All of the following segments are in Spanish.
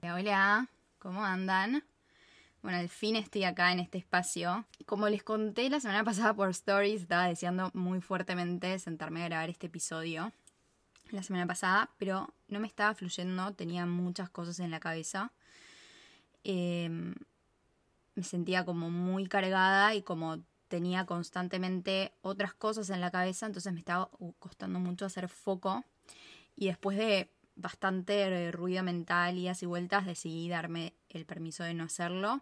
Hola, ¿cómo andan? Bueno, al fin estoy acá en este espacio. Como les conté la semana pasada por Stories, estaba deseando muy fuertemente sentarme a grabar este episodio la semana pasada, pero no me estaba fluyendo, tenía muchas cosas en la cabeza. Me sentía como muy cargada y como tenía constantemente otras cosas en la cabeza, entonces me estaba costando mucho hacer foco. Y después de bastante ruido mental, idas y vueltas, decidí darme el permiso de no hacerlo.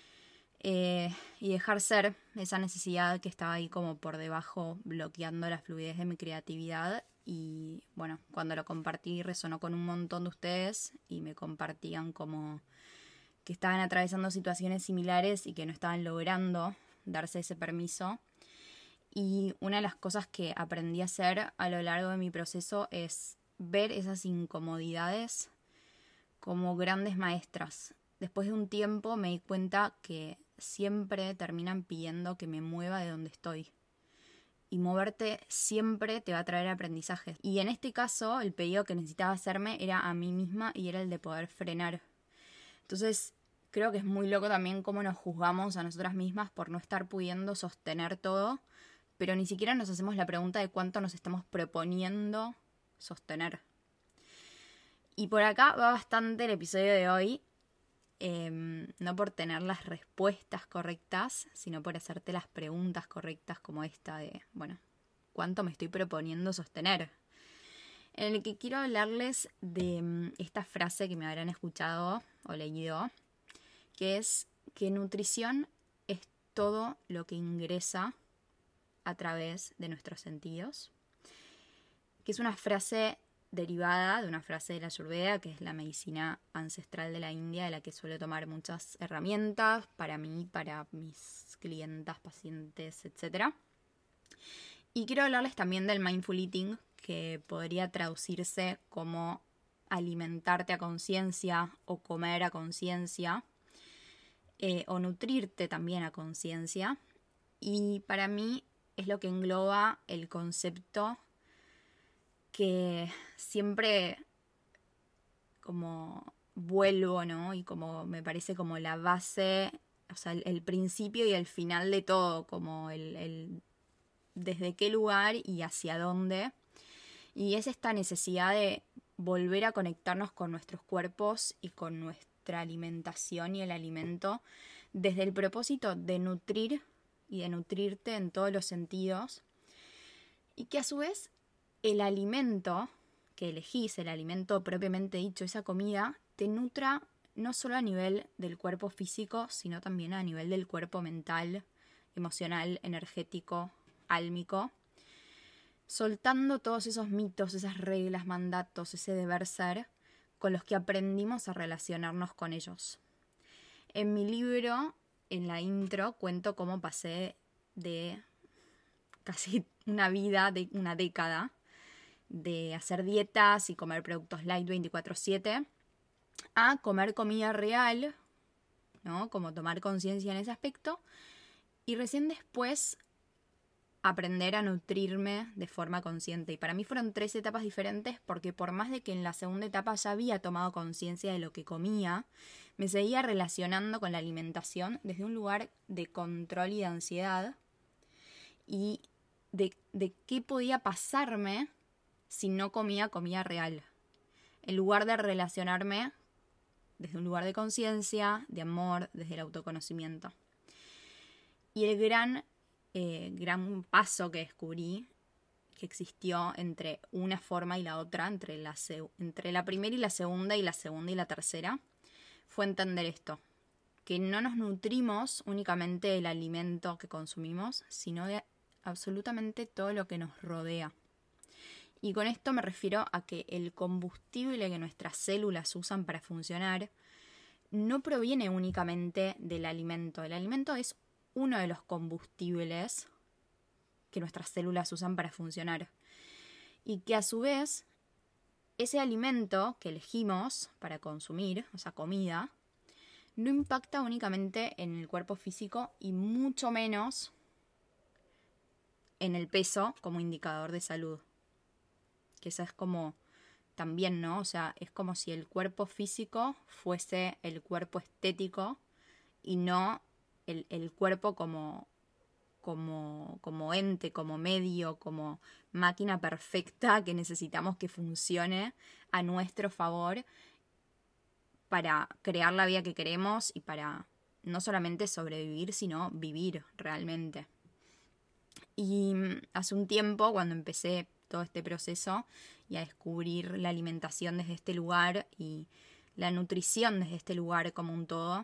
Y dejar ser esa necesidad que estaba ahí como por debajo, bloqueando la fluidez de mi creatividad. Y bueno, cuando lo compartí resonó con un montón de ustedes y me compartían como que estaban atravesando situaciones similares y que no estaban logrando darse ese permiso. Y una de las cosas que aprendí a hacer a lo largo de mi proceso es ver esas incomodidades como grandes maestras. Después de un tiempo me di cuenta que siempre terminan pidiendo que me mueva de donde estoy. Y moverte siempre te va a traer aprendizajes. Y en este caso, el pedido que necesitaba hacerme era a mí misma y era el de poder frenar. Entonces, creo que es muy loco también cómo nos juzgamos a nosotras mismas por no estar pudiendo sostener todo, pero ni siquiera nos hacemos la pregunta de cuánto nos estamos proponiendo sostener. Y por acá va bastante el episodio de hoy, no por tener las respuestas correctas, sino por hacerte las preguntas correctas como esta de, bueno, ¿cuánto me estoy proponiendo sostener? En el que quiero hablarles de esta frase que me habrán escuchado o leído, que es que nutrición es todo lo que ingresa a través de nuestros sentidos, que es una frase derivada de una frase de la Ayurveda, que es la medicina ancestral de la India, de la que suelo tomar muchas herramientas para mí, para mis clientas, pacientes, etc. Y quiero hablarles también del mindful eating, que podría traducirse como alimentarte a conciencia o comer a conciencia, o nutrirte también a conciencia. Y para mí es lo que engloba el concepto que siempre como vuelvo, ¿no? Y como me parece como la base, o sea, el principio y el final de todo, como el desde qué lugar y hacia dónde. Y es esta necesidad de volver a conectarnos con nuestros cuerpos y con nuestra alimentación y el alimento desde el propósito de nutrir y de nutrirte en todos los sentidos. Y que a su vez el alimento que elegís, el alimento propiamente dicho, esa comida, te nutra no solo a nivel del cuerpo físico, sino también a nivel del cuerpo mental, emocional, energético, álmico, soltando todos esos mitos, esas reglas, mandatos, ese deber ser con los que aprendimos a relacionarnos con ellos. En mi libro, en la intro, cuento cómo pasé de casi una vida, de una década, de hacer dietas y comer productos light 24/7 a comer comida real, ¿no? Como tomar conciencia en ese aspecto. Y recién después aprender a nutrirme de forma consciente. Y para mí fueron 3 etapas diferentes porque por más de que en la segunda etapa ya había tomado conciencia de lo que comía, me seguía relacionando con la alimentación desde un lugar de control y de ansiedad y de qué podía pasarme si no comía comida real. En lugar de relacionarme desde un lugar de conciencia, de amor, desde el autoconocimiento. Y el gran paso que descubrí que existió entre una forma y la otra, entre la primera y la segunda y la tercera, fue entender esto, que no nos nutrimos únicamente del alimento que consumimos, sino de absolutamente todo lo que nos rodea. Y con esto me refiero a que el combustible que nuestras células usan para funcionar no proviene únicamente del alimento. El alimento es uno de los combustibles que nuestras células usan para funcionar. Y que a su vez, ese alimento que elegimos para consumir, o sea, comida, no impacta únicamente en el cuerpo físico y mucho menos en el peso como indicador de salud. Que esa es como también, ¿no? O sea, es como si el cuerpo físico fuese el cuerpo estético y no el cuerpo como ente, como medio, como máquina perfecta que necesitamos que funcione a nuestro favor para crear la vida que queremos y para no solamente sobrevivir, sino vivir realmente. Y hace un tiempo, cuando empecé todo este proceso y a descubrir la alimentación desde este lugar y la nutrición desde este lugar como un todo,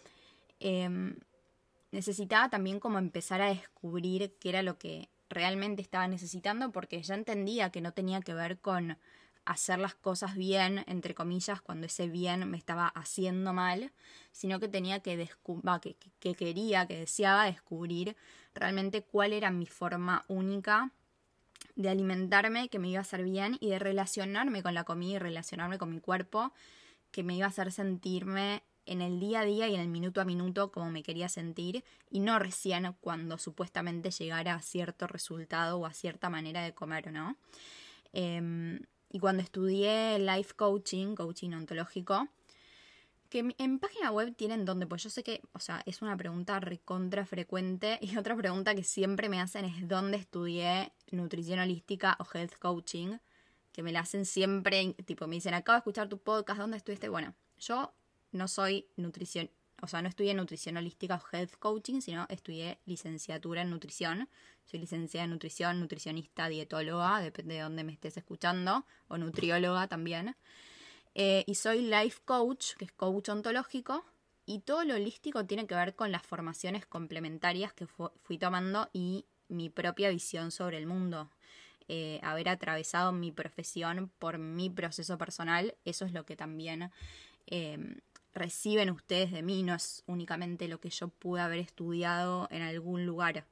necesitaba también como empezar a descubrir qué era lo que realmente estaba necesitando, porque ya entendía que no tenía que ver con hacer las cosas bien, entre comillas, cuando ese bien me estaba haciendo mal, sino que tenía que que deseaba descubrir realmente cuál era mi forma única de alimentarme, que me iba a hacer bien, y de relacionarme con la comida y relacionarme con mi cuerpo, que me iba a hacer sentirme en el día a día y en el minuto a minuto como me quería sentir, y no recién cuando supuestamente llegara a cierto resultado o a cierta manera de comer, ¿no? Y cuando estudié life coaching ontológico, que en mi página web tienen donde, pues yo sé que, o sea, es una pregunta recontra frecuente, y otra pregunta que siempre me hacen es dónde estudié nutrición holística o health coaching, que me la hacen siempre, tipo me dicen, acabo de escuchar tu podcast, ¿dónde estuviste? Bueno, yo no soy nutrición, o sea, no estudié nutrición holística o health coaching, sino estudié licenciatura en nutrición. Soy licenciada en nutrición, nutricionista, dietóloga, depende de dónde me estés escuchando, o nutrióloga también. Y soy life coach, que es coach ontológico, y todo lo holístico tiene que ver con las formaciones complementarias que fui tomando y mi propia visión sobre el mundo. Haber atravesado mi profesión por mi proceso personal, eso es lo que también reciben ustedes de mí, no es únicamente lo que yo pude haber estudiado en algún lugar.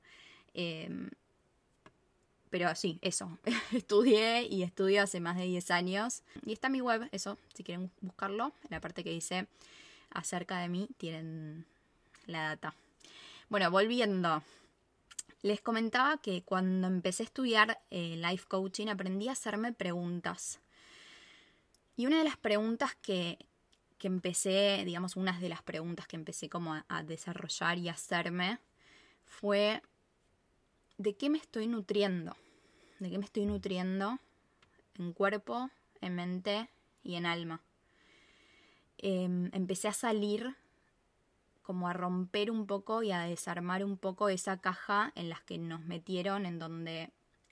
Pero sí, eso, estudié y estudio hace más de 10 años. Y está en mi web, eso, si quieren buscarlo, en la parte que dice acerca de mí, tienen la data. Bueno, volviendo. Les comentaba que cuando empecé a estudiar life coaching aprendí a hacerme preguntas. Y una de las preguntas que empecé, digamos, una de las preguntas que empecé como a desarrollar y a hacerme fue: ¿de qué me estoy nutriendo? ¿De qué me estoy nutriendo en cuerpo, en mente y en alma? Empecé a salir, como a romper un poco y a desarmar un poco esa caja en la que nos metieron, en donde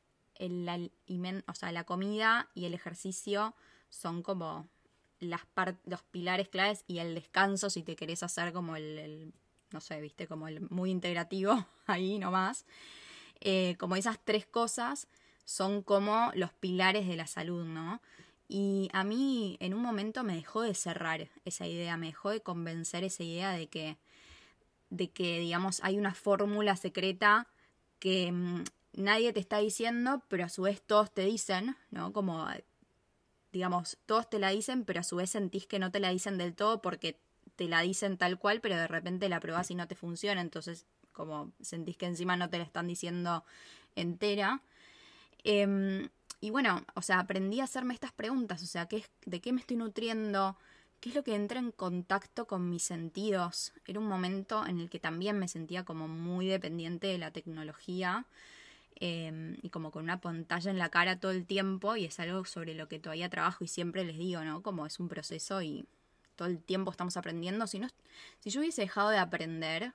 la comida y el ejercicio son como los pilares claves, y el descanso, si te querés hacer como no sé, viste, como el muy integrativo ahí nomás. Como esas tres cosas son como los pilares de la salud, ¿no? Y a mí en un momento me dejó de cerrar esa idea, me dejó de convencer esa idea de que digamos, hay una fórmula secreta que nadie te está diciendo, pero a su vez todos te dicen, ¿no? Como, digamos, todos te la dicen, pero a su vez sentís que no te la dicen del todo porque te la dicen tal cual, pero de repente la probás y no te funciona, entonces como sentís que encima no te la están diciendo entera. Y bueno, o sea, aprendí a hacerme estas preguntas, o sea, ¿de qué me estoy nutriendo? ¿Qué es lo que entra en contacto con mis sentidos? Era un momento en el que también me sentía como muy dependiente de la tecnología, y como con una pantalla en la cara todo el tiempo, y es algo sobre lo que todavía trabajo y siempre les digo, ¿no? Como es un proceso y todo el tiempo estamos aprendiendo. Si yo hubiese dejado de aprender,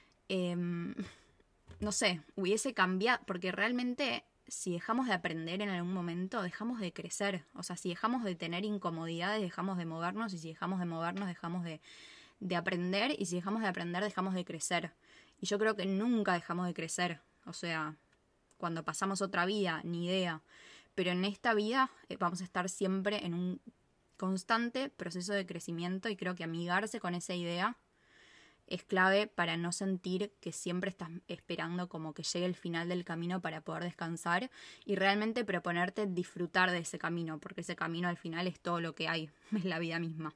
no sé, hubiese cambiado, porque realmente si dejamos de aprender en algún momento, dejamos de crecer. O sea, si dejamos de tener incomodidades, dejamos de movernos, y si dejamos de movernos, dejamos de aprender, y si dejamos de aprender, dejamos de crecer. Y yo creo que nunca dejamos de crecer. O sea, cuando pasamos otra vida, ni idea. Pero en esta vida vamos a estar siempre en un constante proceso de crecimiento, y creo que amigarse con esa idea es clave para no sentir que siempre estás esperando como que llegue el final del camino para poder descansar, y realmente proponerte disfrutar de ese camino, porque ese camino al final es todo lo que hay, es la vida misma.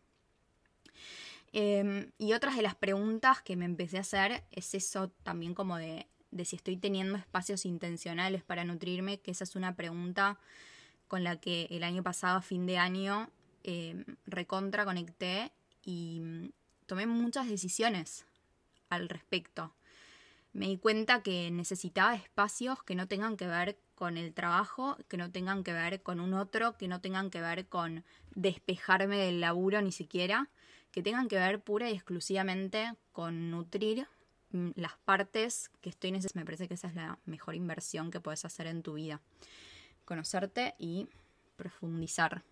Y otras de las preguntas que me empecé a hacer es eso también, como de si estoy teniendo espacios intencionales para nutrirme, que esa es una pregunta con la que el año pasado, a fin de año, recontra conecté y tomé muchas decisiones al respecto. Me di cuenta que necesitaba espacios que no tengan que ver con el trabajo, que no tengan que ver con un otro, que no tengan que ver con despejarme del laburo ni siquiera, que tengan que ver pura y exclusivamente con nutrir las partes que estoy necesitando. Me parece que esa es la mejor inversión que puedes hacer en tu vida. Conocerte y profundizar.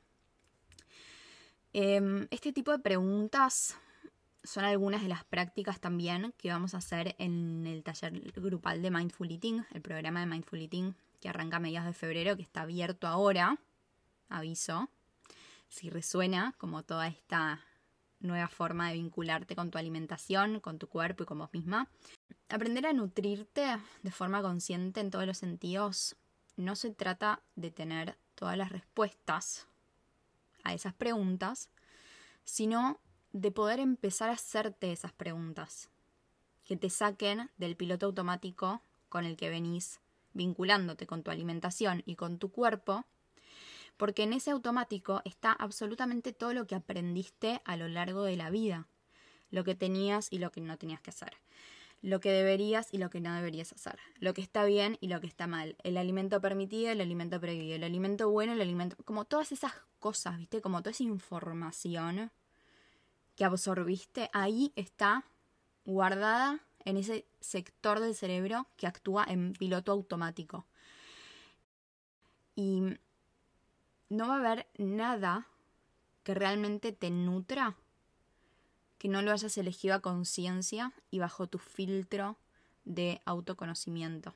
Este tipo de preguntas son algunas de las prácticas también que vamos a hacer en el taller grupal de Mindful Eating, el programa de Mindful Eating que arranca a mediados de febrero, que está abierto ahora, aviso, si resuena como toda esta nueva forma de vincularte con tu alimentación, con tu cuerpo y con vos misma. Aprender a nutrirte de forma consciente en todos los sentidos no se trata de tener todas las respuestas a esas preguntas, sino de poder empezar a hacerte esas preguntas, que te saquen del piloto automático con el que venís vinculándote con tu alimentación y con tu cuerpo, porque en ese automático está absolutamente todo lo que aprendiste a lo largo de la vida, lo que tenías y lo que no tenías que hacer, lo que deberías y lo que no deberías hacer, lo que está bien y lo que está mal, el alimento permitido, el alimento prohibido, el alimento bueno, el alimento... como todas esas cosas, ¿viste? Como toda esa información que absorbiste, ahí está guardada en ese sector del cerebro que actúa en piloto automático. Y no va a haber nada que realmente te nutra que no lo hayas elegido a conciencia y bajo tu filtro de autoconocimiento.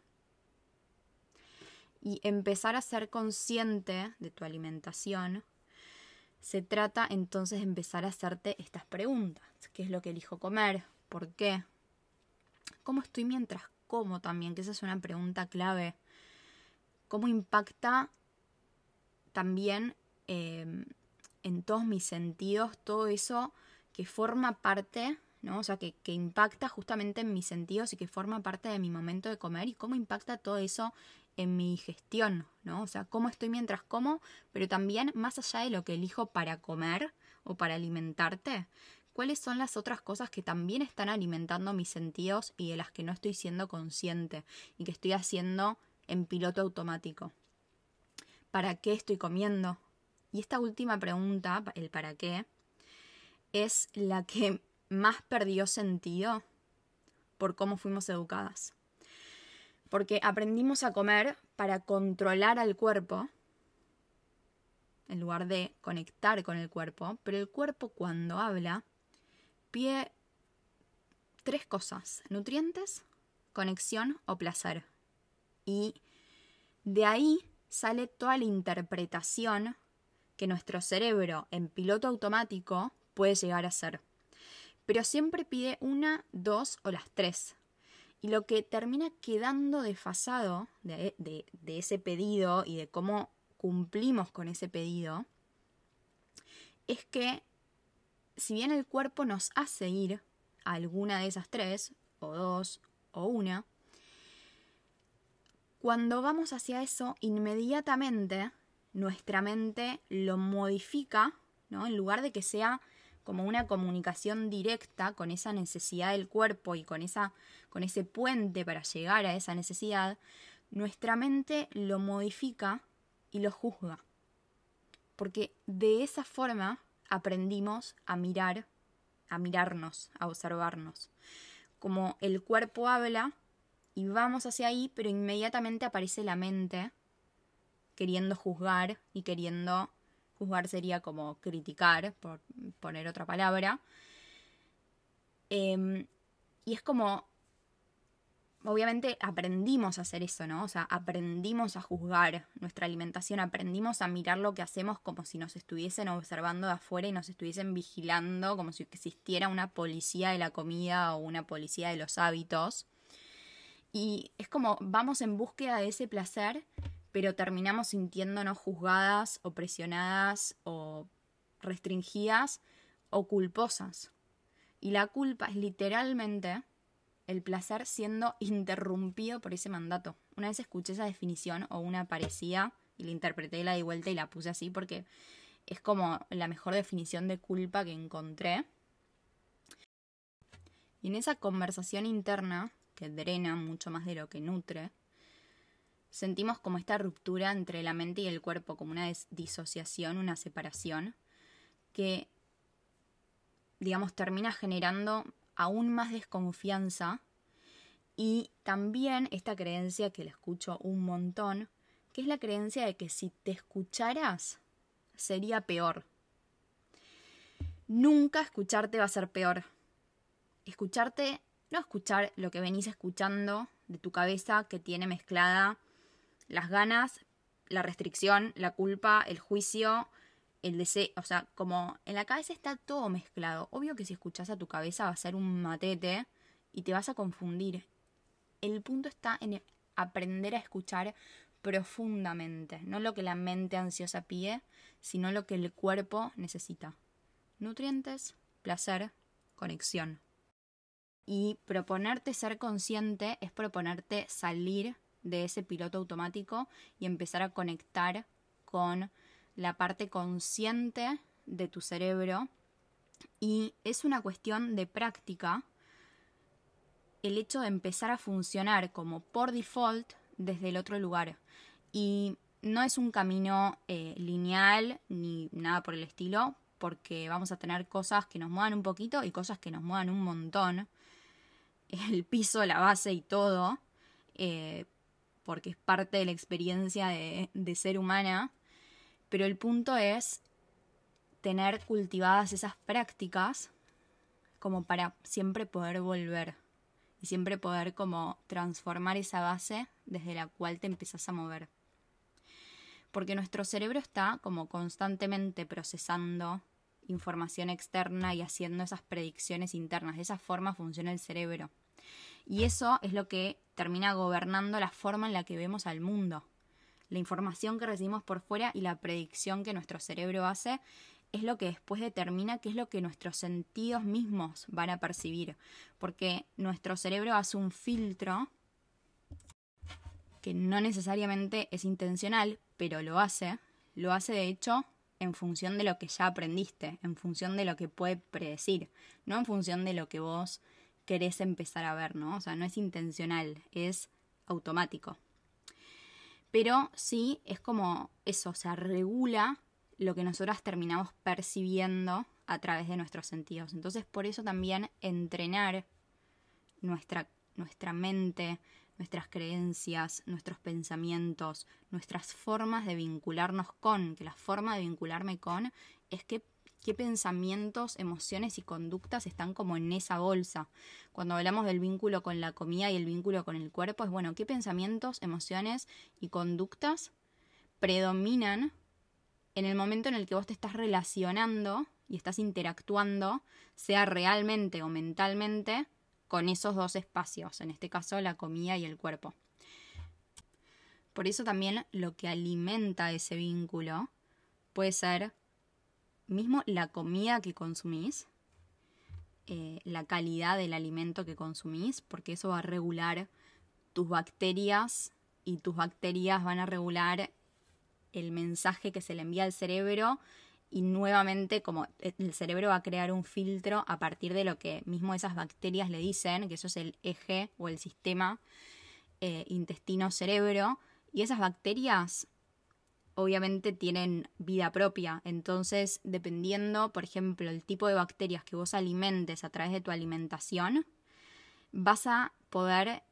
Y empezar a ser consciente de tu alimentación, se trata entonces de empezar a hacerte estas preguntas. ¿Qué es lo que elijo comer? ¿Por qué? ¿Cómo estoy mientras como también? Que esa es una pregunta clave. ¿Cómo impacta también en todos mis sentidos todo eso que forma parte, ¿no? O sea, que impacta justamente en mis sentidos y que forma parte de mi momento de comer, y cómo impacta todo eso en mi digestión, ¿no? O sea, cómo estoy mientras como, pero también más allá de lo que elijo para comer o para alimentarte, cuáles son las otras cosas que también están alimentando mis sentidos y de las que no estoy siendo consciente y que estoy haciendo en piloto automático. ¿Para qué estoy comiendo? Y esta última pregunta, el para qué, es la que más perdió sentido por cómo fuimos educadas. Porque aprendimos a comer para controlar al cuerpo, en lugar de conectar con el cuerpo, pero el cuerpo cuando habla pide 3 cosas: nutrientes, conexión o placer. Y de ahí sale toda la interpretación que nuestro cerebro en piloto automático puede llegar a hacer. Pero siempre pide 1, 2 o las 3. Y lo que termina quedando desfasado de ese pedido y de cómo cumplimos con ese pedido es que si bien el cuerpo nos hace ir a alguna de esas 3 o 2 o 1, cuando vamos hacia eso, inmediatamente nuestra mente lo modifica, ¿no? En lugar de que sea como una comunicación directa con esa necesidad del cuerpo y con ese puente para llegar a esa necesidad, nuestra mente lo modifica y lo juzga. Porque de esa forma aprendimos a mirarnos, a observarnos. Como el cuerpo habla y vamos hacia ahí, pero inmediatamente aparece la mente queriendo juzgar, y queriendo juzgar sería como criticar, por poner otra palabra. Y es como, obviamente aprendimos a hacer eso, ¿no? O sea, aprendimos a juzgar nuestra alimentación, aprendimos a mirar lo que hacemos como si nos estuviesen observando de afuera y nos estuviesen vigilando, como si existiera una policía de la comida o una policía de los hábitos. Y es como vamos en búsqueda de ese placer, pero terminamos sintiéndonos juzgadas o presionadas o restringidas o culposas. Y la culpa es literalmente el placer siendo interrumpido por ese mandato. Una vez escuché esa definición o una parecida Y la interpreté, la di vuelta y la puse así porque es como la mejor definición de culpa que encontré. Y en esa conversación interna, que drena mucho más de lo que nutre, sentimos como esta ruptura entre la mente y el cuerpo, como una disociación, una separación, que, digamos, termina generando aún más desconfianza y también esta creencia que la escucho un montón, que es la creencia de que si te escucharas sería peor. Nunca escucharte va a ser peor. Escucharte, no escuchar lo que venís escuchando de tu cabeza que tiene mezclada las ganas, la restricción, la culpa, el juicio, el deseo, o sea, como en la cabeza está todo mezclado. Obvio que si escuchás a tu cabeza va a ser un matete y te vas a confundir. El punto está en aprender a escuchar profundamente, no lo que la mente ansiosa pide, sino lo que el cuerpo necesita. Nutrientes, placer, conexión. Y proponerte ser consciente es proponerte salir de ese piloto automático y empezar a conectar con la parte consciente de tu cerebro. Y es una cuestión de práctica el hecho de empezar a funcionar como por default desde el otro lugar. Y no es un camino lineal ni nada por el estilo, porque vamos a tener cosas que nos muevan un poquito y cosas que nos muevan un montón. El piso, la base y todo, porque es parte de la experiencia de ser humana. Pero el punto es tener cultivadas esas prácticas como para siempre poder volver y siempre poder como transformar esa base desde la cual te empezás a mover. Porque nuestro cerebro está como constantemente procesando información externa y haciendo esas predicciones internas. De esa forma funciona el cerebro. Y eso es lo que termina gobernando la forma en la que vemos al mundo. La información que recibimos por fuera y la predicción que nuestro cerebro hace es lo que después determina qué es lo que nuestros sentidos mismos van a percibir. Porque nuestro cerebro hace un filtro que no necesariamente es intencional, pero lo hace. Lo hace de hecho en función de lo que ya aprendiste, en función de lo que puede predecir, no en función de lo que vos querés empezar a ver, ¿no? O sea, no es intencional, es automático. Pero sí es como eso, o sea, regula lo que nosotras terminamos percibiendo a través de nuestros sentidos. Entonces, por eso también entrenar nuestra mente, nuestras creencias, nuestros pensamientos, nuestras formas de vincularnos con, que la forma de vincularme con es qué pensamientos, emociones y conductas están como en esa bolsa. Cuando hablamos del vínculo con la comida y el vínculo con el cuerpo, es bueno, qué pensamientos, emociones y conductas predominan en el momento en el que vos te estás relacionando y estás interactuando, sea realmente o mentalmente, con esos dos espacios, en este caso la comida y el cuerpo. Por eso también lo que alimenta ese vínculo puede ser mismo la comida que consumís, la calidad del alimento que consumís, porque eso va a regular tus bacterias y tus bacterias van a regular el mensaje que se le envía al cerebro y nuevamente como el cerebro va a crear un filtro a partir de lo que mismo esas bacterias le dicen, que eso es el eje o el sistema intestino-cerebro, y esas bacterias obviamente tienen vida propia, entonces dependiendo, por ejemplo, el tipo de bacterias que vos alimentes a través de tu alimentación, vas a poder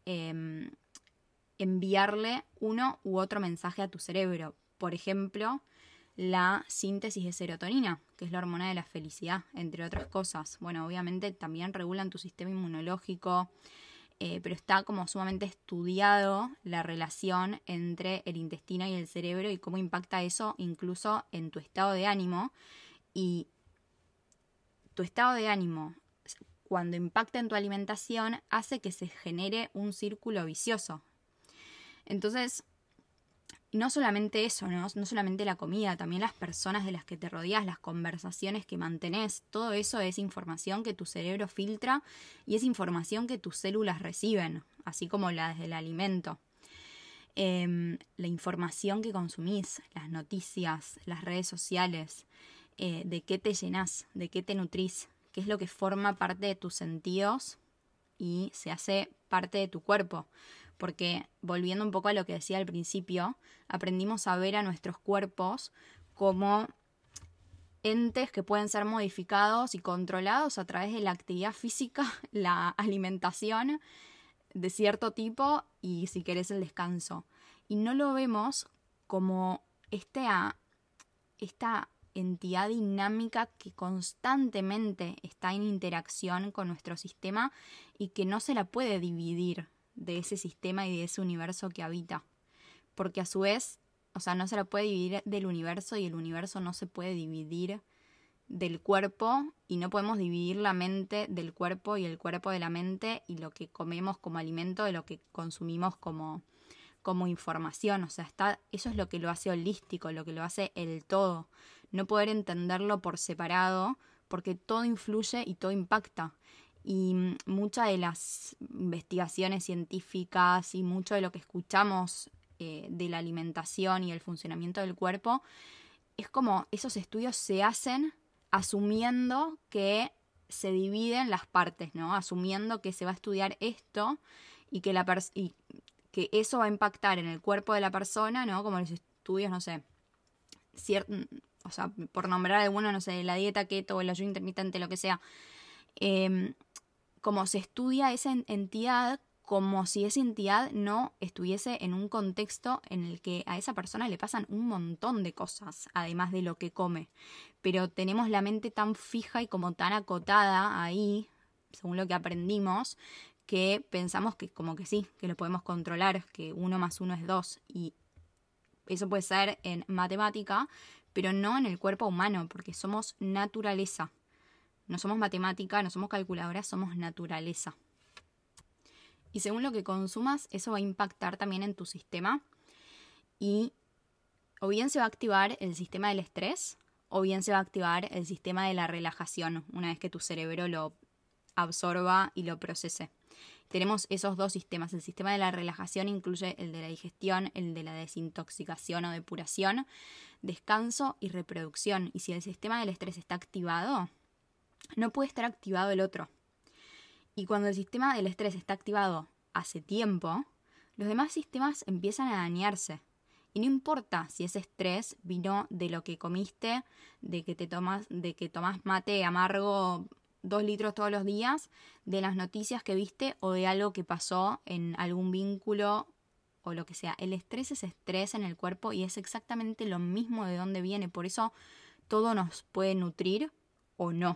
enviarle uno u otro mensaje a tu cerebro. Por ejemplo, la síntesis de serotonina, que es la hormona de la felicidad, entre otras cosas. Bueno, obviamente también regulan tu sistema inmunológico, pero está como sumamente estudiado la relación entre el intestino y el cerebro y cómo impacta eso incluso en tu estado de ánimo. Y tu estado de ánimo, cuando impacta en tu alimentación, hace que se genere un círculo vicioso. Entonces, no solamente eso, ¿no? No solamente la comida, también las personas de las que te rodeas, las conversaciones que mantenés, todo eso es información que tu cerebro filtra y es información que tus células reciben, así como la del alimento. la información que consumís, las noticias, las redes sociales, de qué te llenás, de qué te nutrís, qué es lo que forma parte de tus sentidos y se hace parte de tu cuerpo. Porque, volviendo un poco a lo que decía al principio, aprendimos a ver a nuestros cuerpos como entes que pueden ser modificados y controlados a través de la actividad física, la alimentación de cierto tipo y, si querés, el descanso. Y no lo vemos como esta entidad dinámica que constantemente está en interacción con nuestro sistema y que no se la puede dividir de ese sistema y de ese universo que habita. Porque a su vez, o sea, no se la puede dividir del universo y el universo no se puede dividir del cuerpo y no podemos dividir la mente del cuerpo y el cuerpo de la mente y lo que comemos como alimento de lo que consumimos como información. O sea, eso es lo que lo hace holístico, lo que lo hace el todo. No poder entenderlo por separado porque todo influye y todo impacta. Y muchas de las investigaciones científicas y mucho de lo que escuchamos de la alimentación y el funcionamiento del cuerpo, es como esos estudios se hacen asumiendo que se dividen las partes, ¿no? Asumiendo que se va a estudiar esto y que que eso va a impactar en el cuerpo de la persona, ¿no? Como los estudios, no sé, o sea, por nombrar alguno, no sé, la dieta keto o el ayuno intermitente, lo que sea. Como se estudia esa entidad como si esa entidad no estuviese en un contexto en el que a esa persona le pasan un montón de cosas, además de lo que come. Pero tenemos la mente tan fija y como tan acotada ahí, según lo que aprendimos, que pensamos que como que sí, que lo podemos controlar, que 1 más 1 es 2. Y eso puede ser en matemática, pero no en el cuerpo humano, porque somos naturaleza. No somos matemática, no somos calculadora, somos naturaleza. Y según lo que consumas, eso va a impactar también en tu sistema. Y o bien se va a activar el sistema del estrés, o bien se va a activar el sistema de la relajación, una vez que tu cerebro lo absorba y lo procese. Tenemos esos dos sistemas. El sistema de la relajación incluye el de la digestión, el de la desintoxicación o depuración, descanso y reproducción. Y si el sistema del estrés está activado, no puede estar activado el otro. Y cuando el sistema del estrés está activado hace tiempo, los demás sistemas empiezan a dañarse. Y no importa si ese estrés vino de lo que comiste, de que tomás mate amargo 2 litros todos los días, de las noticias que viste o de algo que pasó en algún vínculo o lo que sea. El estrés es estrés en el cuerpo y es exactamente lo mismo de dónde viene. Por eso todo nos puede nutrir o no.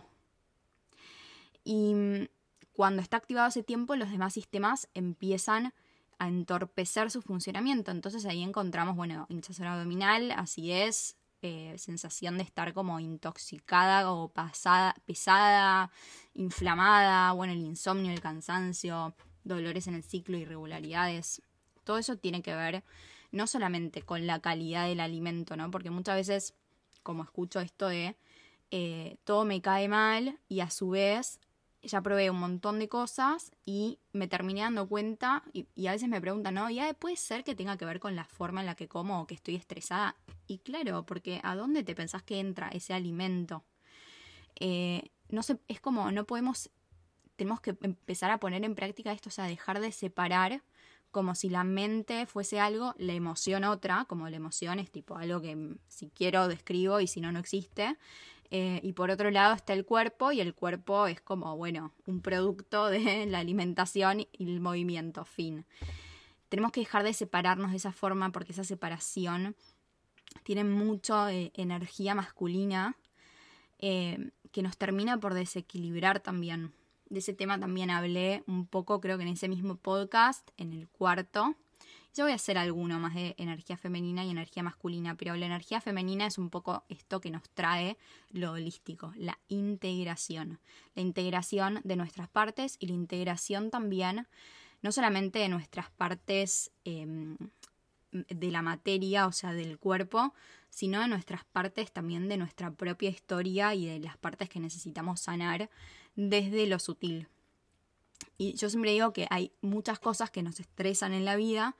Y cuando está activado ese tiempo, los demás sistemas empiezan a entorpecer su funcionamiento. Entonces ahí encontramos, bueno, hinchazón abdominal, acidez, sensación de estar como intoxicada o pesada, inflamada, bueno, el insomnio, el cansancio, dolores en el ciclo, irregularidades. Todo eso tiene que ver no solamente con la calidad del alimento, ¿no? Porque muchas veces, como escucho esto de todo me cae mal y a su vez ya probé un montón de cosas y me terminé dando cuenta y a veces me preguntan, ¿no? ¿Ya puede ser que tenga que ver con la forma en la que como o que estoy estresada? Y claro, porque ¿a dónde te pensás que entra ese alimento? No sé, es como tenemos que empezar a poner en práctica esto, o sea, dejar de separar como si la mente fuese algo, la emoción otra, como la emoción es tipo algo que si quiero describo y si no, no existe. Y por otro lado está el cuerpo, y el cuerpo es como, bueno, un producto de la alimentación y el movimiento, fin. Tenemos que dejar de separarnos de esa forma porque esa separación tiene mucho energía masculina que nos termina por desequilibrar también. De ese tema también hablé un poco, creo que en ese mismo podcast, en el 4. Yo voy a hacer alguno más de energía femenina y energía masculina, pero la energía femenina es un poco esto que nos trae lo holístico, la integración. La integración de nuestras partes y la integración también, no solamente de nuestras partes de la materia, o sea, del cuerpo, sino de nuestras partes también de nuestra propia historia y de las partes que necesitamos sanar desde lo sutil. Y yo siempre digo que hay muchas cosas que nos estresan en la vida,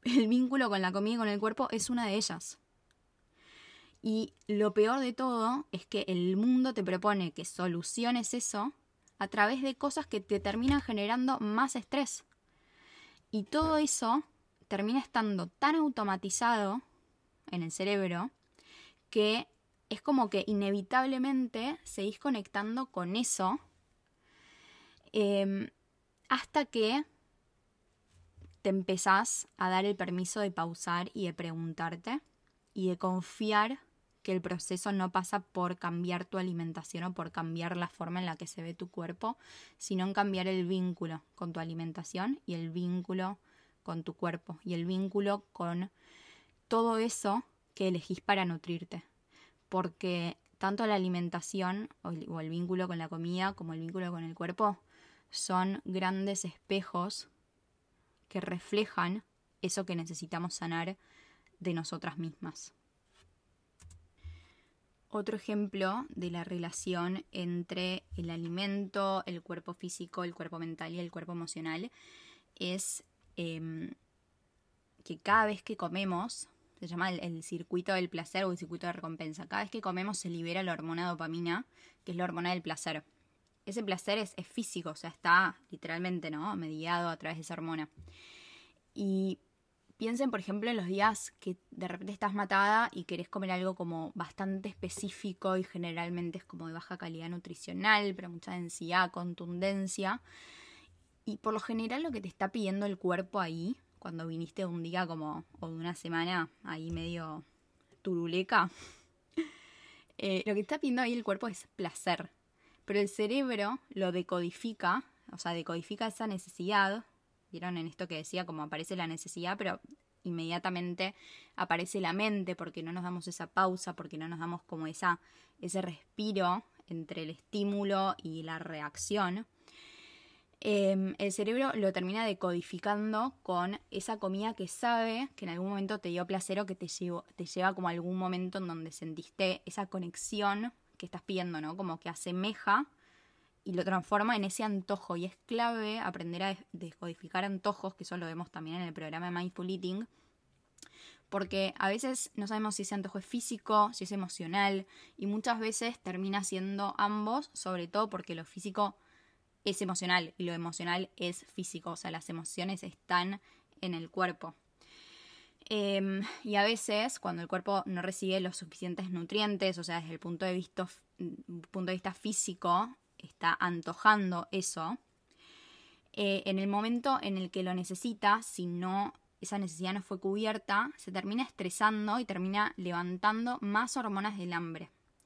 el vínculo con la comida y con el cuerpo es una de ellas. Y lo peor de todo es que el mundo te propone que soluciones eso a través de cosas que te terminan generando más estrés. Y todo eso termina estando tan automatizado en el cerebro que es como que inevitablemente seguís conectando con eso hasta que te empezás a dar el permiso de pausar y de preguntarte y de confiar que el proceso no pasa por cambiar tu alimentación o por cambiar la forma en la que se ve tu cuerpo, sino en cambiar el vínculo con tu alimentación y el vínculo con tu cuerpo y el vínculo con todo eso que elegís para nutrirte. Porque tanto la alimentación o el vínculo con la comida como el vínculo con el cuerpo son grandes espejos que reflejan eso que necesitamos sanar de nosotras mismas. Otro ejemplo de la relación entre el alimento, el cuerpo físico, el cuerpo mental y el cuerpo emocional es que cada vez que comemos, se llama el circuito del placer o el circuito de recompensa, cada vez que comemos se libera la hormona dopamina, que es la hormona del placer. Ese placer es físico, o sea, está literalmente, ¿no?, mediado a través de esa hormona. Y piensen, por ejemplo, en los días que de repente estás matada y querés comer algo como bastante específico y generalmente es como de baja calidad nutricional, pero mucha densidad, contundencia. Y por lo general lo que te está pidiendo el cuerpo ahí, cuando viniste un día como, o de una semana ahí medio turuleca, lo que te está pidiendo ahí el cuerpo es placer. Pero el cerebro lo decodifica, o sea, decodifica esa necesidad. ¿Vieron en esto que decía? Como aparece la necesidad, pero inmediatamente aparece la mente porque no nos damos esa pausa, porque no nos damos como ese respiro entre el estímulo y la reacción. El cerebro lo termina decodificando con esa comida que sabe que en algún momento te dio placer o que te lleva como a algún momento en donde sentiste esa conexión que estás pidiendo, ¿no? Como que asemeja y lo transforma en ese antojo. Y es clave aprender a descodificar antojos, que eso lo vemos también en el programa de Mindful Eating, porque a veces no sabemos si ese antojo es físico, si es emocional, y muchas veces termina siendo ambos, sobre todo porque lo físico es emocional y lo emocional es físico, o sea, las emociones están en el cuerpo. Y a veces, cuando el cuerpo no recibe los suficientes nutrientes, o sea, desde el punto de vista físico, está antojando eso, en el momento en el que lo necesita, si no, esa necesidad no fue cubierta, se termina estresando y termina levantando más hormonas del hambre.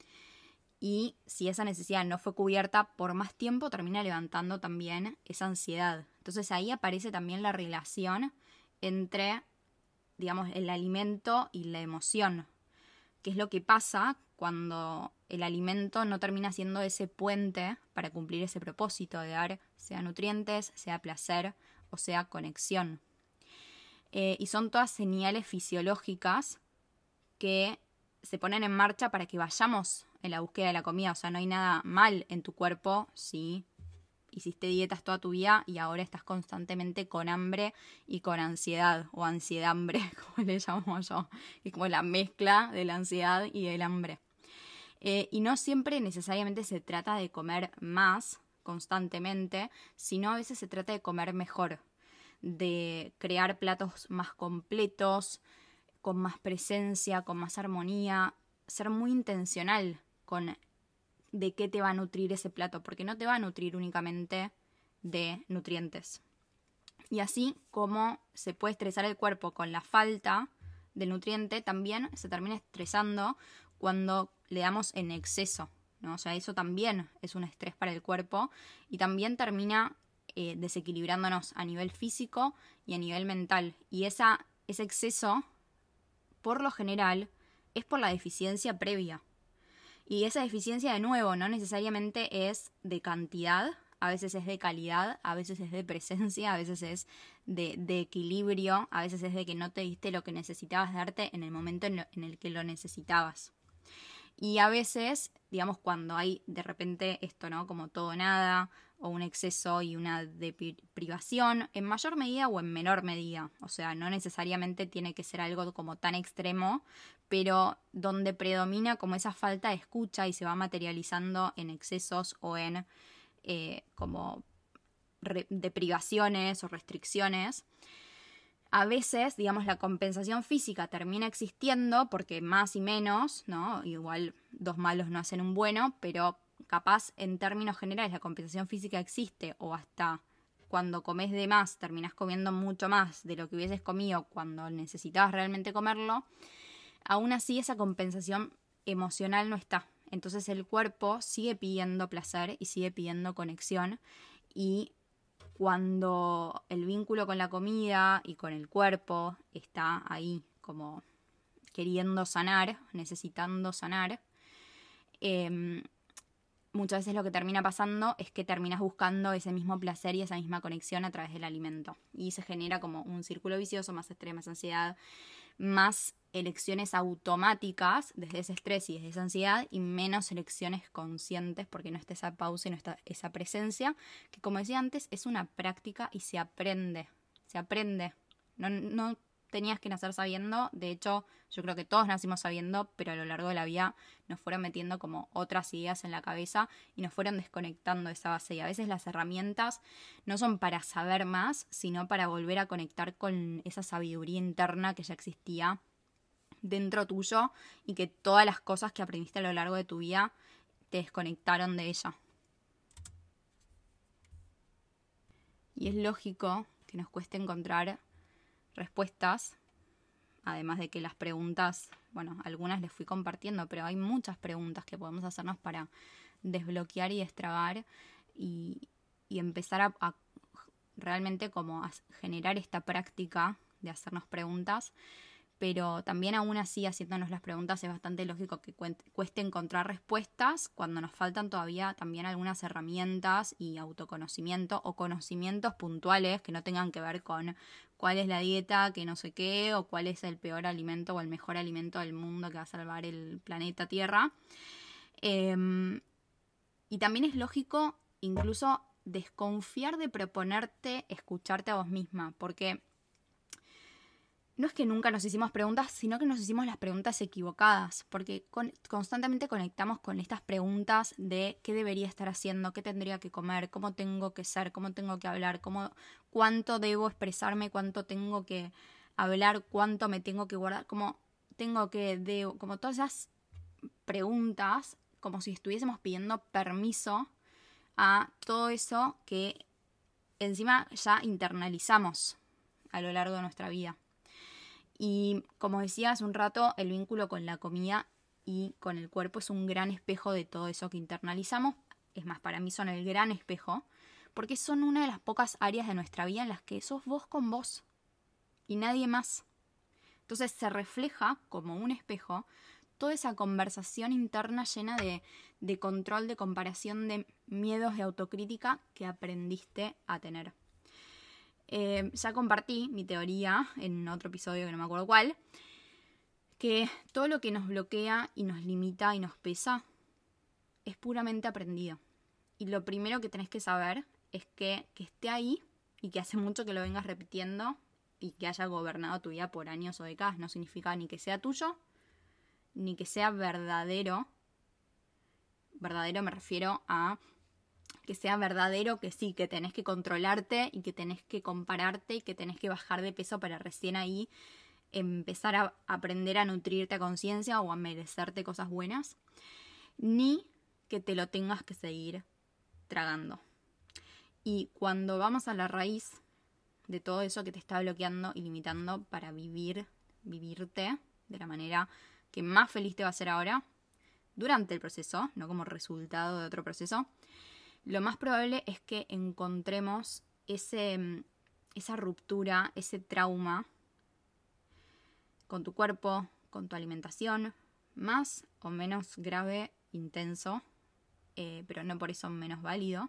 Y si esa necesidad no fue cubierta por más tiempo, termina levantando también esa ansiedad. Entonces ahí aparece también la relación entre, digamos, el alimento y la emoción. ¿Qué es lo que pasa cuando el alimento no termina siendo ese puente para cumplir ese propósito de dar, sea nutrientes, sea placer o sea conexión? Y son todas señales fisiológicas que se ponen en marcha para que vayamos en la búsqueda de la comida. O sea, no hay nada mal en tu cuerpo si hiciste dietas toda tu vida y ahora estás constantemente con hambre y con ansiedad, o ansiedad-hambre, como le llamo yo, que es como la mezcla de la ansiedad y del hambre. Y no siempre necesariamente se trata de comer más constantemente, sino a veces se trata de comer mejor, de crear platos más completos, con más presencia, con más armonía, ser muy intencional con de qué te va a nutrir ese plato, porque no te va a nutrir únicamente de nutrientes. Y así como se puede estresar el cuerpo con la falta de nutriente, también se termina estresando cuando le damos en exceso, ¿no? O sea, eso también es un estrés para el cuerpo y también termina desequilibrándonos a nivel físico y a nivel mental. Y ese exceso, por lo general, es por la deficiencia previa. Y esa deficiencia, de nuevo, no necesariamente es de cantidad, a veces es de calidad, a veces es de presencia, a veces es de equilibrio, a veces es de que no te diste lo que necesitabas darte en el momento en el que lo necesitabas. Y a veces, digamos, cuando hay de repente esto, ¿no? Como todo o nada, o un exceso y una privación, en mayor medida o en menor medida. O sea, no necesariamente tiene que ser algo como tan extremo, pero donde predomina como esa falta de escucha y se va materializando en excesos o en como de privaciones o restricciones. A veces, digamos, la compensación física termina existiendo porque más y menos, ¿no? Igual dos malos no hacen un bueno, pero capaz en términos generales la compensación física existe, o hasta cuando comes de más terminás comiendo mucho más de lo que hubieses comido cuando necesitabas realmente comerlo. Aún así esa compensación emocional no está. Entonces el cuerpo sigue pidiendo placer y sigue pidiendo conexión, y cuando el vínculo con la comida y con el cuerpo está ahí como queriendo sanar, necesitando sanar, muchas veces lo que termina pasando es que terminas buscando ese mismo placer y esa misma conexión a través del alimento. Y se genera como un círculo vicioso, más estrés, más ansiedad, más elecciones automáticas desde ese estrés y desde esa ansiedad, y menos elecciones conscientes porque no está esa pausa y no está esa presencia, que como decía antes es una práctica y se aprende. No tenías que nacer sabiendo. De hecho, yo creo que todos nacimos sabiendo, pero a lo largo de la vida nos fueron metiendo como otras ideas en la cabeza y nos fueron desconectando de esa base. Y a veces las herramientas no son para saber más, sino para volver a conectar con esa sabiduría interna que ya existía dentro tuyo y que todas las cosas que aprendiste a lo largo de tu vida te desconectaron de ella. Y es lógico que nos cueste encontrar respuestas, además de que las preguntas, bueno, algunas les fui compartiendo, pero hay muchas preguntas que podemos hacernos para desbloquear y destrabar y empezar a realmente como a generar esta práctica de hacernos preguntas. Pero también aún así, haciéndonos las preguntas, es bastante lógico que cueste encontrar respuestas cuando nos faltan todavía también algunas herramientas y autoconocimiento o conocimientos puntuales que no tengan que ver con cuál es la dieta, que no sé qué, o cuál es el peor alimento o el mejor alimento del mundo que va a salvar el planeta Tierra. Y también es lógico incluso desconfiar de proponerte escucharte a vos misma, porque no es que nunca nos hicimos preguntas, sino que nos hicimos las preguntas equivocadas, porque constantemente conectamos con estas preguntas de qué debería estar haciendo, qué tendría que comer, cómo tengo que ser, cómo tengo que hablar, cuánto debo expresarme, cuánto tengo que hablar, cuánto me tengo que guardar, como todas esas preguntas, como si estuviésemos pidiendo permiso a todo eso que encima ya internalizamos a lo largo de nuestra vida. Y como decía hace un rato, el vínculo con la comida y con el cuerpo es un gran espejo de todo eso que internalizamos. Es más, para mí son el gran espejo, porque son una de las pocas áreas de nuestra vida en las que sos vos con vos y nadie más. Entonces se refleja como un espejo toda esa conversación interna llena de control, de comparación, de miedos, de autocrítica que aprendiste a tener. Ya compartí mi teoría en otro episodio que no me acuerdo cuál, que todo lo que nos bloquea y nos limita y nos pesa es puramente aprendido. Y lo primero que tenés que saber es que esté ahí y que hace mucho que lo vengas repitiendo y que haya gobernado tu vida por años o décadas no significa ni que sea tuyo, ni que sea verdadero. Verdadero me refiero a que sea verdadero, que sí, que tenés que controlarte y que tenés que compararte y que tenés que bajar de peso para recién ahí empezar a aprender a nutrirte a conciencia o a merecerte cosas buenas, ni que te lo tengas que seguir tragando. Y cuando vamos a la raíz de todo eso que te está bloqueando y limitando para vivirte de la manera que más feliz te va a hacer ahora, durante el proceso, no como resultado de otro proceso, lo más probable es que encontremos esa ruptura, ese trauma con tu cuerpo, con tu alimentación, más o menos grave, intenso, pero no por eso menos válido,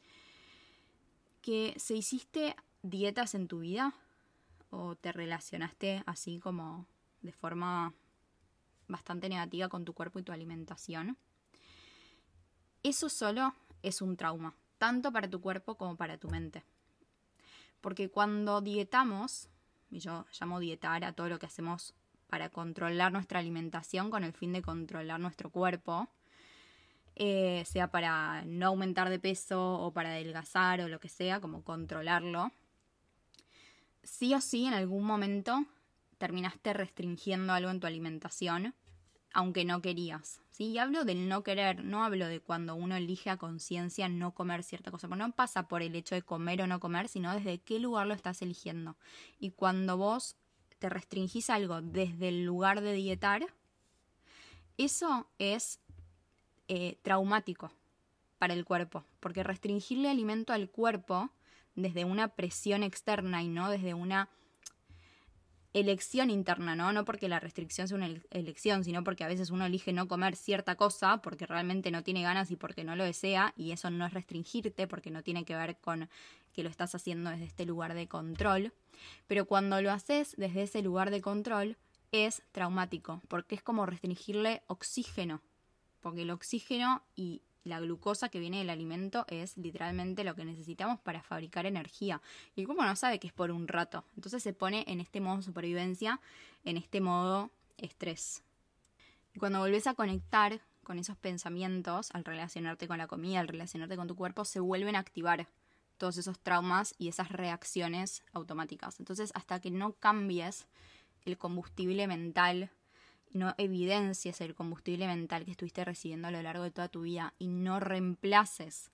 que se hiciste dietas en tu vida o te relacionaste así como de forma bastante negativa con tu cuerpo y tu alimentación. Eso solo es un trauma. tanto para tu cuerpo como para tu mente. Porque cuando dietamos, y yo llamo dietar a todo lo que hacemos para controlar nuestra alimentación con el fin de controlar nuestro cuerpo, sea para no aumentar de peso o para adelgazar o lo que sea, como controlarlo, sí o sí en algún momento terminaste restringiendo algo en tu alimentación, aunque no querías. ¿Sí? Y hablo del no querer, no hablo de cuando uno elige a conciencia no comer cierta cosa, porque no pasa por el hecho de comer o no comer, sino desde qué lugar lo estás eligiendo. Y cuando vos te restringís algo desde el lugar de dietar, eso es traumático para el cuerpo, porque restringirle alimento al cuerpo desde una presión externa y no desde una elección interna, ¿no? No porque la restricción sea una elección, sino porque a veces uno elige no comer cierta cosa porque realmente no tiene ganas y porque no lo desea, y eso no es restringirte porque no tiene que ver con que lo estás haciendo desde este lugar de control. Pero cuando lo haces desde ese lugar de control es traumático, porque es como restringirle oxígeno, porque el oxígeno y la glucosa que viene del alimento es literalmente lo que necesitamos para fabricar energía. Y el cuerpo no sabe que es por un rato. Entonces se pone en este modo supervivencia, en este modo estrés. Y cuando volvés a conectar con esos pensamientos, al relacionarte con la comida, al relacionarte con tu cuerpo, se vuelven a activar todos esos traumas y esas reacciones automáticas. Entonces, hasta que no cambies el combustible mental, no evidencies el combustible mental que estuviste recibiendo a lo largo de toda tu vida y no reemplaces,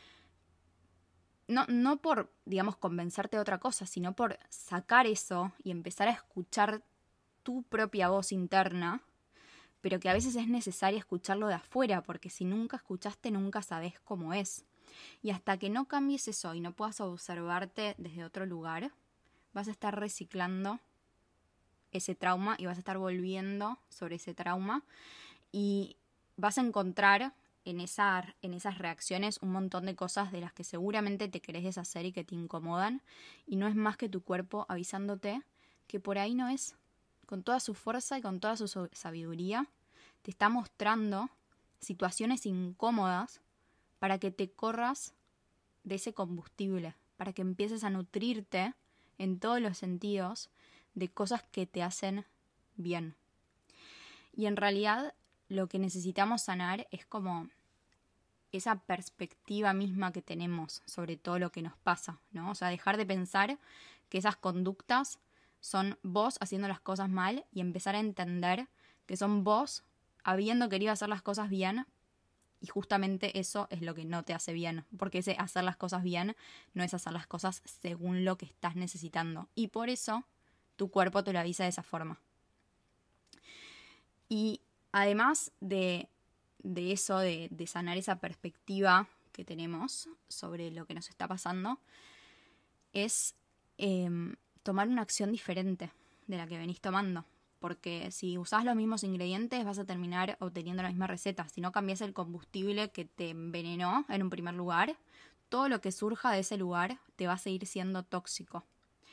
no por, digamos, convencerte de otra cosa, sino por sacar eso y empezar a escuchar tu propia voz interna, pero que a veces es necesario escucharlo de afuera, porque si nunca escuchaste, nunca sabes cómo es. Y hasta que no cambies eso y no puedas observarte desde otro lugar, vas a estar reciclando ese trauma y vas a estar volviendo sobre ese trauma y vas a encontrar en esas reacciones un montón de cosas de las que seguramente te querés deshacer y que te incomodan, y no es más que tu cuerpo avisándote que por ahí no es. Con toda su fuerza y con toda su sabiduría te está mostrando situaciones incómodas para que te corras de ese combustible, para que empieces a nutrirte en todos los sentidos de cosas que te hacen bien. Y en realidad lo que necesitamos sanar es como esa perspectiva misma que tenemos sobre todo lo que nos pasa, ¿no? O sea, dejar de pensar que esas conductas son vos haciendo las cosas mal y empezar a entender que son vos habiendo querido hacer las cosas bien, y justamente eso es lo que no te hace bien, porque ese hacer las cosas bien no es hacer las cosas según lo que estás necesitando, y por eso tu cuerpo te lo avisa de esa forma. Y además de eso, de sanar esa perspectiva que tenemos sobre lo que nos está pasando, es tomar una acción diferente de la que venís tomando. Porque si usás los mismos ingredientes vas a terminar obteniendo la misma receta. Si no cambias el combustible que te envenenó en un primer lugar, todo lo que surja de ese lugar te va a seguir siendo tóxico.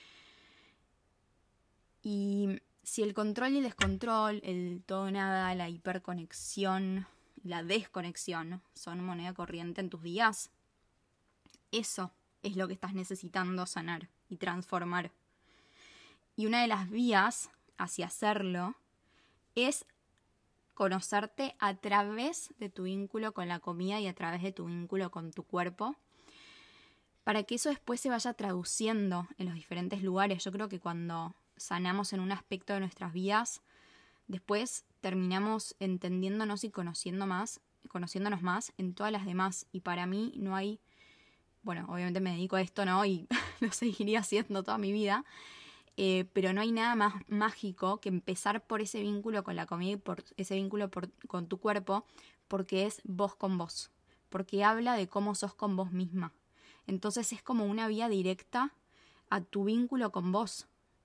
Y si el control y el descontrol, el todo nada, la hiperconexión, la desconexión son moneda corriente en tus días, eso es lo que estás necesitando sanar y transformar. Y una de las vías hacia hacerlo es conocerte a través de tu vínculo con la comida y a través de tu vínculo con tu cuerpo, para que eso después se vaya traduciendo en los diferentes lugares. Yo creo que cuando sanamos en un aspecto de nuestras vidas, después terminamos entendiéndonos y conociéndonos más en todas las demás. Y para mí no hay, bueno, obviamente me dedico a esto, ¿no? Y lo seguiría haciendo toda mi vida, pero no hay nada más mágico que empezar por ese vínculo con la comida y por ese vínculo con tu cuerpo, porque es vos con vos, porque habla de cómo sos con vos misma. Entonces es como una vía directa a tu vínculo con vos.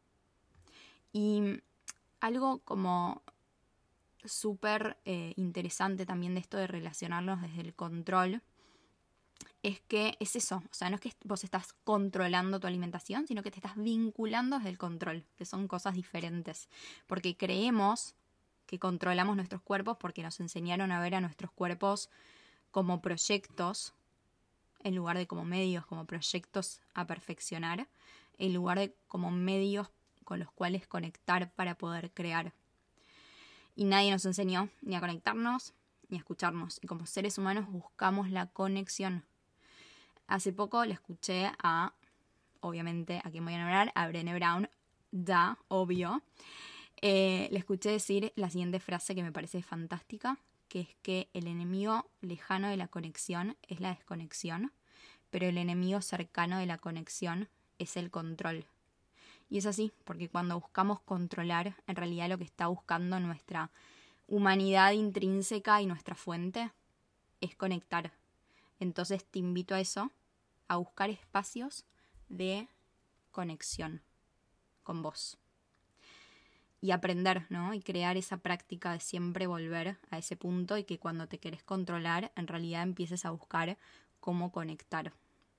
Y algo como súper interesante también de esto de relacionarnos desde el control es que es eso, o sea, no es que vos estás controlando tu alimentación, sino que te estás vinculando desde el control, que son cosas diferentes, porque creemos que controlamos nuestros cuerpos porque nos enseñaron a ver a nuestros cuerpos como proyectos en lugar de como medios, como proyectos a perfeccionar, en lugar de como medios con los cuales conectar para poder crear. Y nadie nos enseñó ni a conectarnos ni a escucharnos. Y como seres humanos buscamos la conexión. Hace poco le escuché obviamente, a quien voy a nombrar, a Brené Brown, obvio. Le escuché decir la siguiente frase que me parece fantástica, que es que el enemigo lejano de la conexión es la desconexión, pero el enemigo cercano de la conexión es el control. Y es así, porque cuando buscamos controlar, en realidad lo que está buscando nuestra humanidad intrínseca y nuestra fuente es conectar. Entonces te invito a eso, a buscar espacios de conexión con vos. Y aprender, ¿no? Y crear esa práctica de siempre volver a ese punto y que cuando te querés controlar, en realidad empieces a buscar cómo conectar.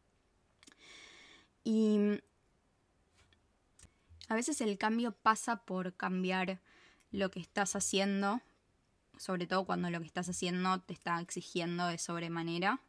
Y a veces el cambio pasa por cambiar lo que estás haciendo, sobre todo cuando lo que estás haciendo te está exigiendo de sobremanera,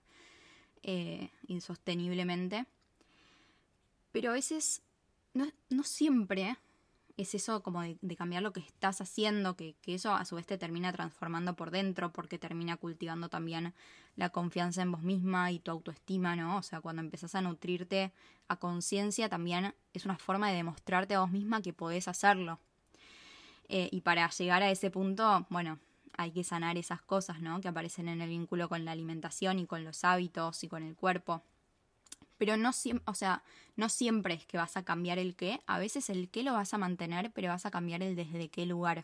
insosteniblemente. Pero a veces no siempre es eso como de cambiar lo que estás haciendo, que eso a su vez te termina transformando por dentro, porque termina cultivando también la confianza en vos misma y tu autoestima, ¿no? O sea, cuando empezás a nutrirte a conciencia también es una forma de demostrarte a vos misma que podés hacerlo. Y para llegar a ese punto, bueno, hay que sanar esas cosas, ¿no? Que aparecen en el vínculo con la alimentación y con los hábitos y con el cuerpo. Pero no siempre es que vas a cambiar el qué. A veces el qué lo vas a mantener, pero vas a cambiar el desde qué lugar.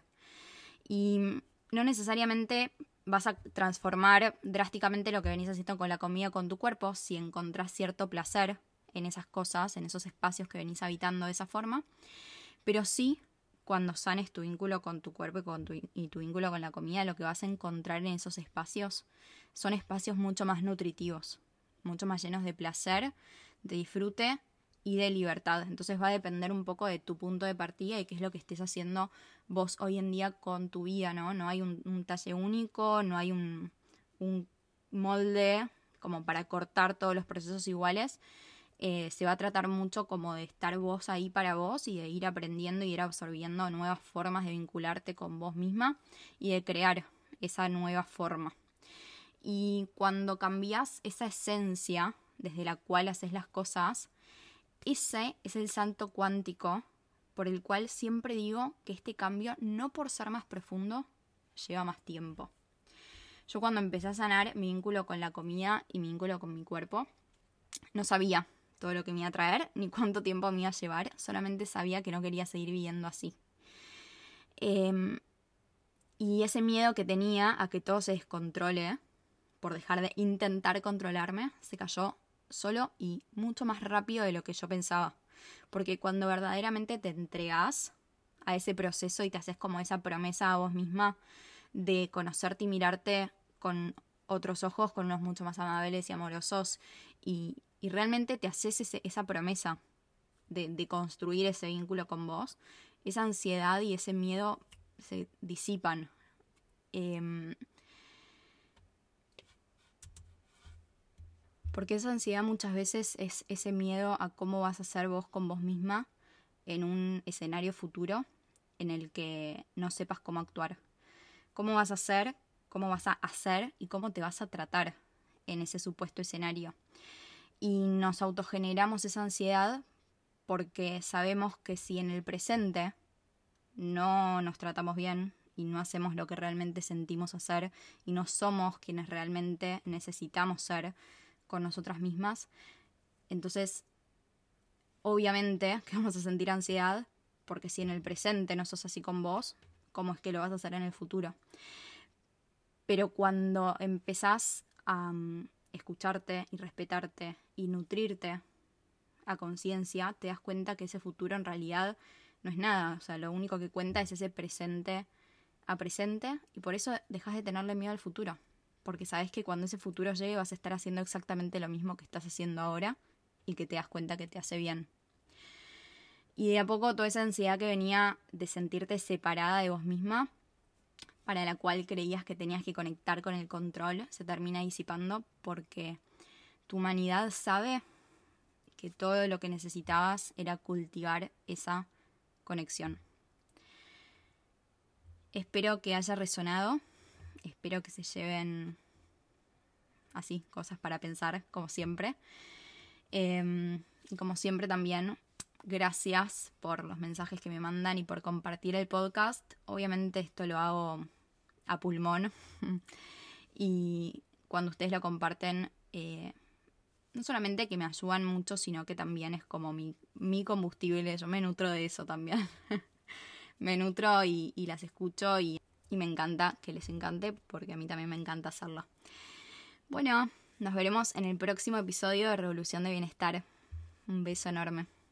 Y no necesariamente vas a transformar drásticamente lo que venís haciendo con la comida, con tu cuerpo, si encontrás cierto placer en esas cosas, en esos espacios que venís habitando de esa forma. Pero sí, cuando sanes tu vínculo con tu cuerpo y tu vínculo con la comida, lo que vas a encontrar en esos espacios son espacios mucho más nutritivos, mucho más llenos de placer, de disfrute y de libertad. Entonces va a depender un poco de tu punto de partida y qué es lo que estés haciendo vos hoy en día con tu vida, ¿no? No hay un talle único, no hay un molde como para cortar todos los procesos iguales. Se va a tratar mucho como de estar vos ahí para vos y de ir aprendiendo y ir absorbiendo nuevas formas de vincularte con vos misma y de crear esa nueva forma. Y cuando cambias esa esencia desde la cual haces las cosas, ese es el salto cuántico por el cual siempre digo que este cambio, no por ser más profundo, lleva más tiempo. Yo cuando empecé a sanar mi vínculo con la comida y mi vínculo con mi cuerpo, no sabía todo lo que me iba a traer ni cuánto tiempo me iba a llevar, solamente sabía que no quería seguir viviendo así. Y ese miedo que tenía a que todo se descontrole, por dejar de intentar controlarme, se cayó solo y mucho más rápido de lo que yo pensaba. Porque cuando verdaderamente te entregás a ese proceso y te haces como esa promesa a vos misma de conocerte y mirarte con otros ojos, con unos mucho más amables y amorosos, y realmente te haces esa promesa de construir ese vínculo con vos, esa ansiedad y ese miedo se disipan. Porque esa ansiedad muchas veces es ese miedo a cómo vas a ser vos con vos misma en un escenario futuro en el que no sepas cómo actuar. Cómo vas a ser, cómo vas a hacer y cómo te vas a tratar en ese supuesto escenario. Y nos autogeneramos esa ansiedad porque sabemos que si en el presente no nos tratamos bien y no hacemos lo que realmente sentimos hacer y no somos quienes realmente necesitamos ser con nosotras mismas, entonces obviamente que vamos a sentir ansiedad, porque si en el presente no sos así con vos, ¿cómo es que lo vas a hacer en el futuro? Pero cuando empezás a escucharte y respetarte y nutrirte a conciencia, te das cuenta que ese futuro en realidad no es nada. O sea, lo único que cuenta es ese presente a presente, y por eso dejas de tenerle miedo al futuro. Porque sabes que cuando ese futuro llegue vas a estar haciendo exactamente lo mismo que estás haciendo ahora y que te das cuenta que te hace bien. Y de a poco toda esa ansiedad que venía de sentirte separada de vos misma, para la cual creías que tenías que conectar con el control, se termina disipando porque tu humanidad sabe que todo lo que necesitabas era cultivar esa conexión. Espero que haya resonado, espero que se lleven así cosas para pensar, como siempre. Y como siempre también, gracias por los mensajes que me mandan y por compartir el podcast. Obviamente esto lo hago a pulmón y cuando ustedes lo comparten, no solamente que me ayudan mucho, sino que también es como mi combustible. Yo me nutro de eso también. Me nutro y las escucho y me encanta que les encante, porque a mí también me encanta hacerlo. Bueno, nos veremos en el próximo episodio de Revolución de Bienestar. Un beso enorme.